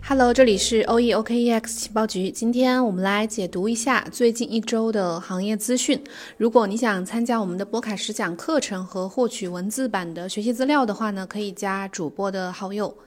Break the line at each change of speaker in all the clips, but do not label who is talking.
Hello，这里是 OKEX 情报局。今天我们来解读一下最近一周的行业资讯。如果你想参加我们的博凯实讲课程和获取文字版的学习资料的话呢，可以加主播的好友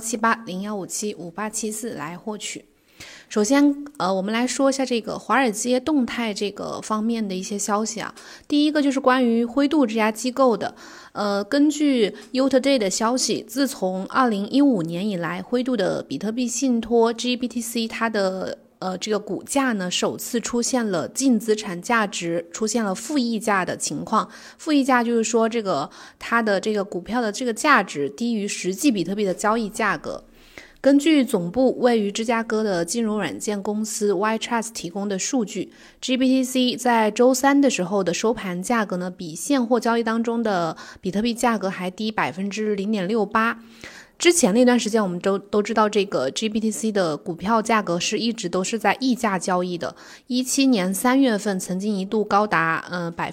17801575874来获取。首先，我们来说一下这个华尔街动态这个方面的一些消息啊。第一个就是关于灰度这家机构的，根据 U-Today 的消息，自从2015年以来，灰度的比特币信托 GBTC 它的这个股价呢，首次出现了净资产价值出现了负溢价的情况。负溢价就是说，它的这个股票的这个价值低于实际比特币的交易价格。根据总部位于芝加哥的金融软件公司 YTrust 提供的数据 ，GBTC 在周三的时候的收盘价格呢，比现货交易当中的比特币价格还低 0.68%。之前那段时间我们都知道，这个 GBTC 的股票价格一直都是在溢价交易的。17年3月份曾经一度高达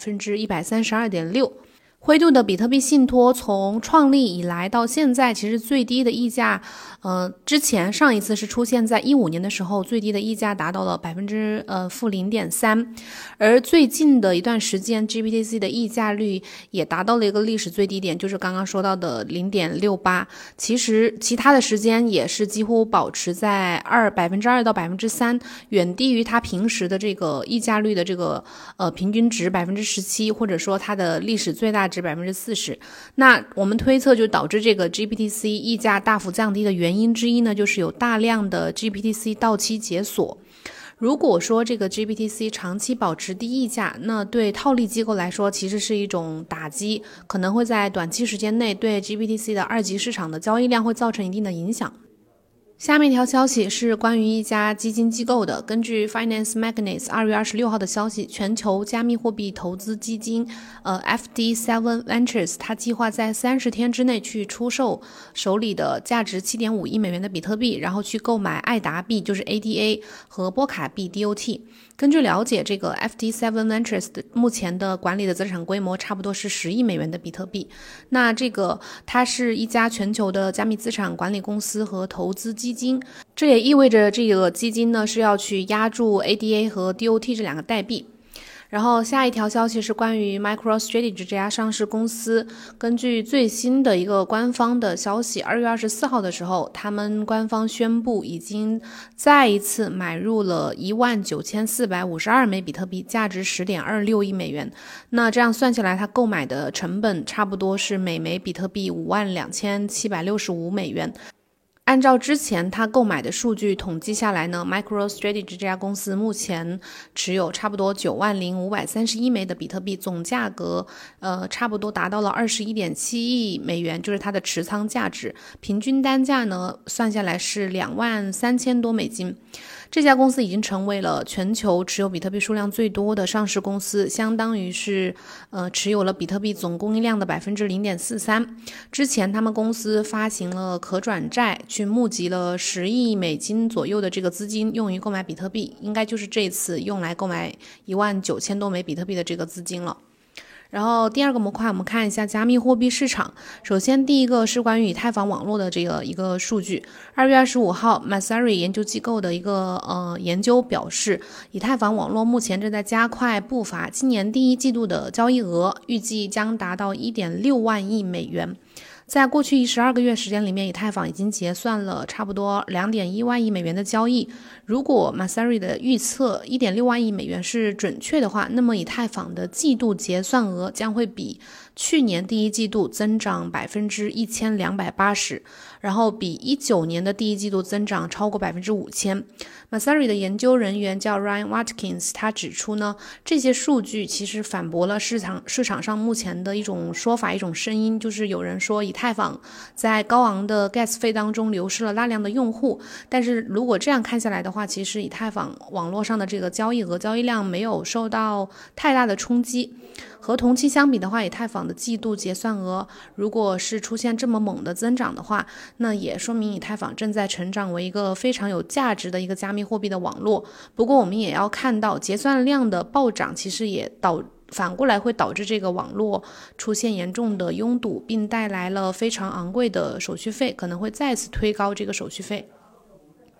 132.6%。灰度的比特币信托从创立以来到现在，其实最低的溢价，之前上一次是出现在15年的时候，最低的溢价达到了-0.3%，而最近的一段时间 GBTC 的溢价率也达到了一个历史最低点，就是刚刚说到的0.68%。其实其他的时间也是几乎保持在2%到3%，远低于它平时的这个溢价率的这个平均值17%，或者说它的历史最大值40%。那我们推测，就导致这个 GBTC 溢价大幅降低的原因之一呢，就是有大量的 GBTC 到期解锁。如果说这个 GBTC 长期保持低溢价，那对套利机构来说其实是一种打击，可能会在短期时间内对 GBTC 的二级市场的交易量会造成一定的影响。下面一条消息是关于一家基金机构的。根据 Finance Magnates 2月26号的消息，全球加密货币投资基金FD7 Ventures 它计划在30天之内去出售手里的价值7.5亿美元的比特币，然后去购买爱达币就是 ADA 和波卡币 DOT。根据了解，这个 FD7 Ventures 的目前的管理的资产规模差不多是10亿美元的比特币。那这个它是一家全球的加密资产管理公司和投资基金，这也意味着这个基金呢是要去押注 ADA 和 DOT 这两个代币。然后下一条消息是关于 MicroStrategy 这家上市公司。根据最新的一个官方的消息，2月24号的时候，他们官方宣布已经再一次买入了19452枚比特币，价值10.26亿美元。那这样算下来，它购买的成本差不多是每枚比特币52765美元。按照之前他购买的数据统计下来呢， MicroStrategy 这家公司目前持有差不多90531枚的比特币，总价格差不多达到了21.7亿美元，就是它的持仓价值。平均单价呢算下来是23000多美金。这家公司已经成为了全球持有比特币数量最多的上市公司，相当于是持有了比特币总供应量的 0.43%。之前他们公司发行了可转债，去募集了10亿美金左右的这个资金，用于购买比特币，应该就是这次用来购买19000多枚比特币的这个资金了。然后第二个模块，我们看一下加密货币市场。首先第一个是关于以太坊网络的这个一个数据。2月25号 Messari 研究机构的一个研究表示，以太坊网络目前正在加快步伐，今年第一季度的交易额预计将达到1.6万亿美元。在过去12个月时间里面，以太坊已经结算了差不多2.1万亿美元的交易。如果 Messari 的预测1.6万亿美元是准确的话，那么以太坊的季度结算额将会比去年第一季度增长1280%，然后比19年的第一季度增长超过5000%。Messari 的研究人员叫 Ryan Watkins， 他指出呢，这些数据其实反驳了市场上目前的一种说法，一种声音，就是有人说以太坊在高昂的 gas 费当中流失了大量的用户。但是如果这样看下来的话，其实以太坊网络上的这个交易额、交易量没有受到太大的冲击。和同期相比的话，以太坊的季度结算额如果是出现这么猛的增长的话，那也说明以太坊正在成长为一个非常有价值的一个加密货币的网络。不过我们也要看到，结算量的暴涨其实也反过来会导致这个网络出现严重的拥堵，并带来了非常昂贵的手续费，可能会再次推高这个手续费。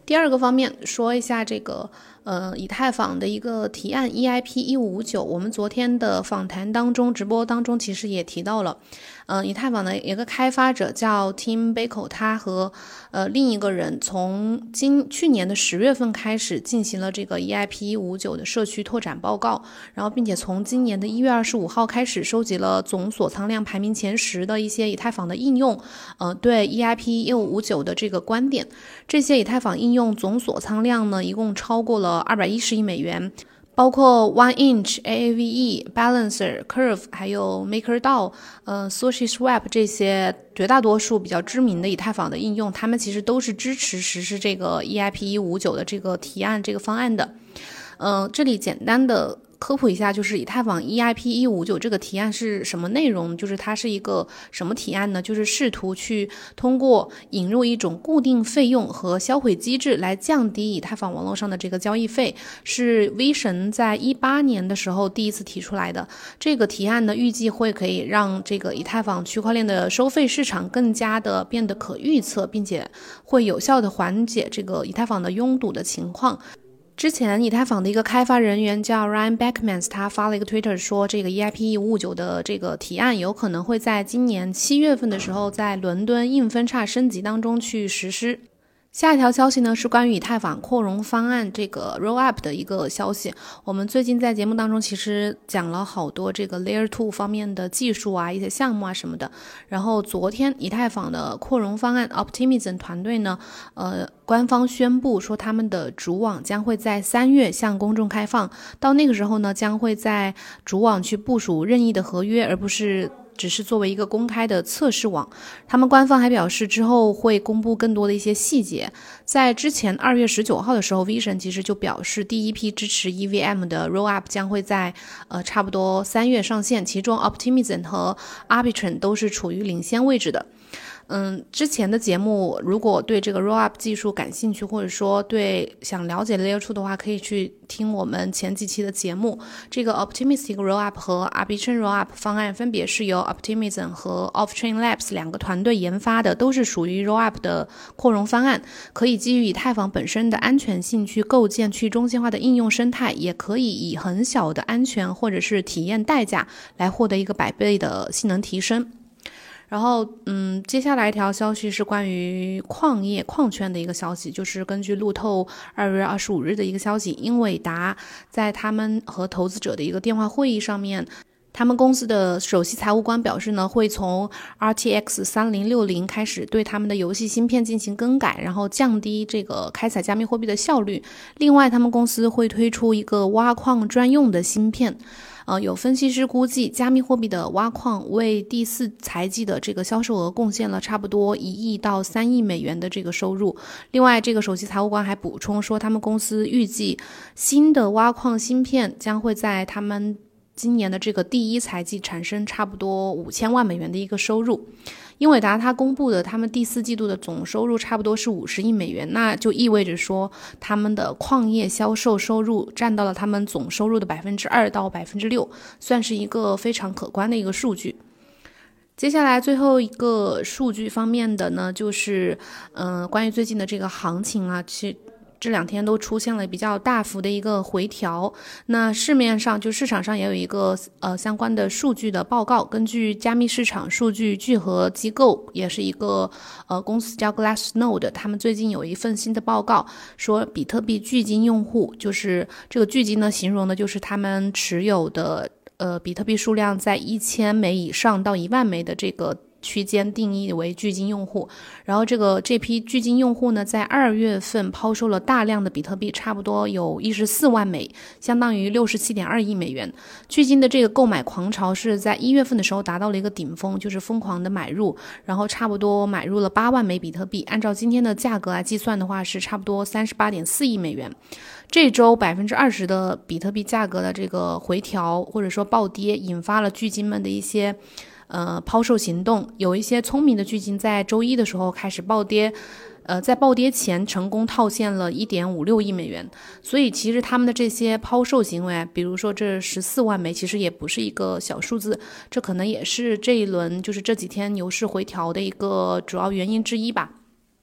第二个方面说一下这个以太坊的一个提案 EIP1559，我们昨天的访谈当中直播当中其实也提到了，以太坊的一个开发者叫 Tim Beiko， 他和另一个人从去年的10月份开始进行了这个 EIP1559的社区拓展报告，然后并且从今年的1月25号开始收集了总锁仓量排名前10的一些以太坊的应用，对 EIP1559的这个观点。这些以太坊应用总锁仓量呢，一共超过了210亿美元，包括 OneInch、AAVE、Balancer、Curve 还有 MakerDAO、SushiSwap 这些绝大多数比较知名的以太坊的应用，他们其实都是支持实施这个 EIP1559的这个提案这个方案的。这里简单的科普一下，就是以太坊 EIP1559这个提案是什么内容，就是它是一个什么提案呢？就是试图去通过引入一种固定费用和销毁机制来降低以太坊网络上的这个交易费，是 V 神在18年的时候第一次提出来的。这个提案呢，预计会可以让这个以太坊区块链的收费市场更加的变得可预测，并且会有效的缓解这个以太坊的拥堵的情况。之前以太坊的一个开发人员叫 Ryan Beckmans， 他发了一个 Twitter 说，这个 EIP1559的这个提案有可能会在今年7月份的时候在伦敦硬分叉升级当中去实施。下一条消息呢是关于以太坊扩容方案这个 Rollup 的一个消息。我们最近在节目当中其实讲了好多这个 Layer 2方面的技术啊，一些项目啊什么的。然后昨天以太坊的扩容方案 Optimism 团队呢，官方宣布说他们的主网将会在3月向公众开放，到那个时候呢，将会在主网去部署任意的合约，而不是只是作为一个公开的测试网。他们官方还表示之后会公布更多的一些细节。在之前2月19号的时候 Vision 其实就表示第一批支持 EVM 的 Rollup 将会在差不多3月上线，其中 Optimism 和 Arbitrum 都是处于领先位置的。之前的节目如果对这个 Rollup 技术感兴趣，或者说对想了解 Layer 2的话，可以去听我们前几期的节目。这个 Optimistic Rollup 和 Arbitrum Rollup 方案分别是由 Optimism 和 Offchain Labs 两个团队研发的，都是属于 Rollup 的扩容方案，可以基于以太坊本身的安全性去构建去中心化的应用生态，也可以以很小的安全或者是体验代价来获得一个100倍的性能提升。然后接下来一条消息是关于矿圈的一个消息，就是根据路透2月25日的一个消息，英伟达在他们和投资者的一个电话会议上面，他们公司的首席财务官表示呢，会从 RTX 3060开始对他们的游戏芯片进行更改，然后降低这个开采加密货币的效率。另外他们公司会推出一个挖矿专用的芯片。有分析师估计，加密货币的挖矿为第4财季的这个销售额贡献了差不多1亿到3亿美元的这个收入。另外，这个首席财务官还补充说，他们公司预计新的挖矿芯片将会在他们今年的这个第1财季产生差不多5000万美元的一个收入。英伟达它公布的他们第4季度的总收入差不多是50亿美元，那就意味着说他们的矿业销售收入占到了他们总收入的2%到6%，算是一个非常可观的一个数据。接下来最后一个数据方面的呢，就是关于最近的这个行情啊，其实这2天都出现了比较大幅的一个回调。那市场上也有一个相关的数据的报告，根据加密市场数据聚合机构，也是一个公司叫 Glassnode， 他们最近有一份新的报告说，比特币巨金用户，就是这个巨金呢，形容的就是他们持有的比特币数量在1000枚以上到1万枚的这个区间定义为巨金用户。然后这批巨金用户呢，在2月份抛售了大量的比特币，差不多有14万枚，相当于67.2亿美元。巨金的这个购买狂潮是在1月份的时候达到了一个顶峰，就是疯狂的买入，然后差不多买入了8万枚比特币，按照今天的价格来计算的话，是差不多38.4亿美元。这周20%的比特币价格的这个回调或者说暴跌，引发了巨金们的一些抛售行动。有一些聪明的巨金在周一的时候开始暴跌，在暴跌前成功套现了1.56亿美元。所以其实他们的这些抛售行为，比如说这14万枚，其实也不是一个小数字，这可能也是这一轮就是这几天牛市回调的一个主要原因之一吧。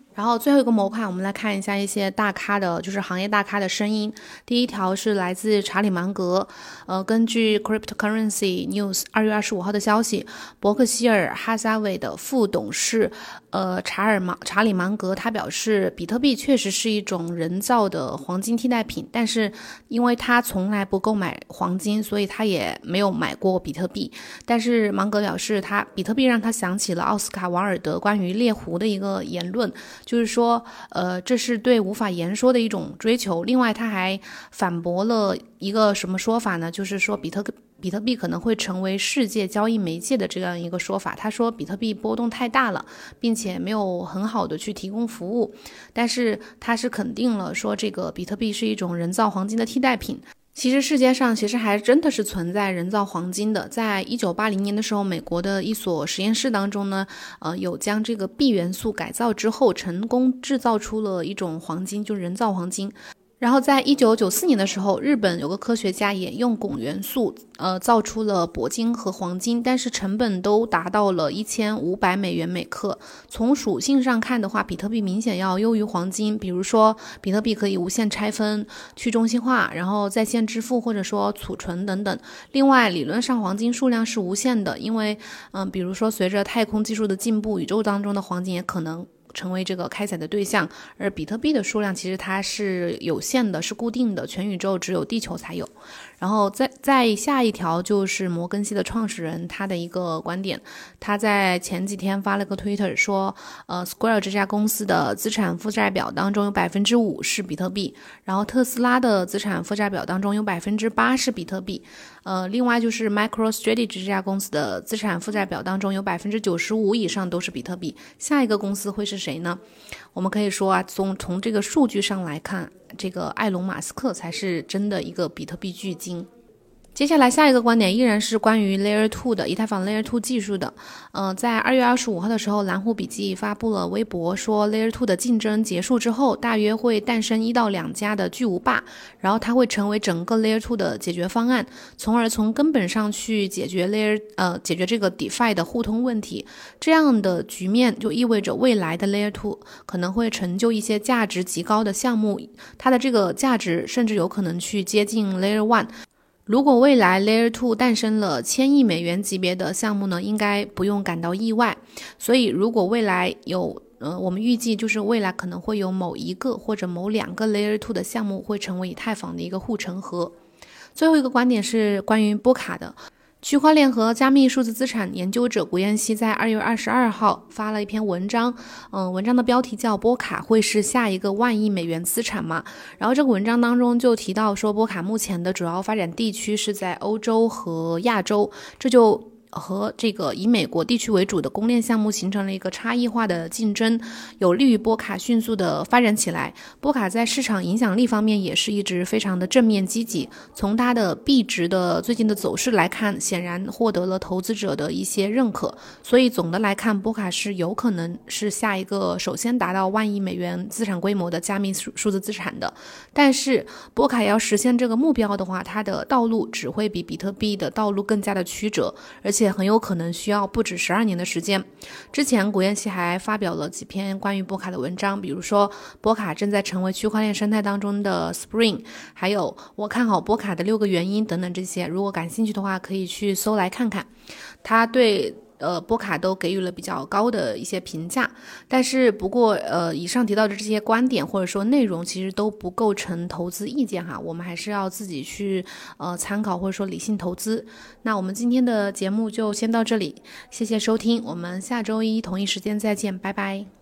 然后最后一个模块，我们来看一下一些大咖的，就是行业大咖的声音。第一条是来自查理芒格，根据 Cryptocurrency News 2月25号的消息，伯克希尔哈撒韦的副董事查理芒格他表示，比特币确实是一种人造的黄金替代品，但是因为他从来不购买黄金，所以他也没有买过比特币。但是芒格表示，比特币让他想起了奥斯卡·王尔德关于猎狐的一个言论，就是说，这是对无法言说的一种追求。另外，他还反驳了一个什么说法呢？就是说比特币可能会成为世界交易媒介的这样一个说法。他说比特币波动太大了，并且没有很好的去提供服务，但是他是肯定了说这个比特币是一种人造黄金的替代品。其实世界上还真的是存在人造黄金的。在1980年的时候，美国的一所实验室当中呢，有将这个铋元素改造之后，成功制造出了一种黄金，就是人造黄金。然后在1994年的时候，日本有个科学家也用汞元素造出了铂金和黄金，但是成本都达到了$1500每克。从属性上看的话，比特币明显要优于黄金。比如说比特币可以无限拆分、去中心化，然后在线支付或者说储存等等。另外理论上黄金数量是无限的，因为比如说随着太空技术的进步，宇宙当中的黄金也可能成为这个开采的对象，而比特币的数量其实它是有限的，是固定的，全宇宙只有地球才有。然后再下一条就是摩根西的创始人他的一个观点，他在前几天发了个 Twitter 说Square 这家公司的资产负债表当中有 5% 是比特币，然后特斯拉的资产负债表当中有 8% 是比特币，另外就是 MicroStrategy 这家公司的资产负债表当中有 95% 以上都是比特币。下一个公司会是谁呢？我们可以说从这个数据上来看，这个埃隆·马斯克才是真的一个比特币巨鲸。接下来下一个观点依然是关于 Layer 2的以太坊 Layer 2技术的。在2月25号的时候，蓝湖笔记发布了微博说 Layer 2的竞争结束之后，大约会诞生1到2家的巨无霸，然后它会成为整个 Layer 2的解决方案，从而从根本上去解决这个 DeFi 的互通问题。这样的局面就意味着未来的 Layer 2可能会成就一些价值极高的项目，它的这个价值甚至有可能去接近 Layer 1。如果未来 Layer 2诞生了1000亿美元级别的项目呢，应该不用感到意外。所以如果未来我们预计就是未来可能会有某一个或者某2个 Layer 2的项目会成为以太坊的一个护城河。最后一个观点是关于波卡的。区块链和加密数字资产研究者古彦希在2月22号发了一篇文章，文章的标题叫波卡会是下一个10000亿美元资产吗？然后这个文章当中就提到说，波卡目前的主要发展地区是在欧洲和亚洲，这就和这个以美国地区为主的公链项目形成了一个差异化的竞争，有利于波卡迅速的发展起来。波卡在市场影响力方面也是一直非常的正面积极，从它的币值的最近的走势来看，显然获得了投资者的一些认可。所以总的来看，波卡是有可能是下一个首先达到10000亿美元资产规模的加密数字资产的。但是波卡要实现这个目标的话，它的道路只会比比特币的道路更加的曲折，而且很有可能需要不止12年的时间。之前古彦希还发表了几篇关于波卡的文章，比如说波卡正在成为区块链生态当中的 Spring， 还有我看好波卡的6个原因等等这些，如果感兴趣的话可以去搜来看看。他对波卡都给予了比较高的一些评价，但是不过以上提到的这些观点或者说内容其实都不构成投资意见哈，我们还是要自己去参考或者说理性投资。那我们今天的节目就先到这里，谢谢收听，我们下周一同一时间再见，拜拜。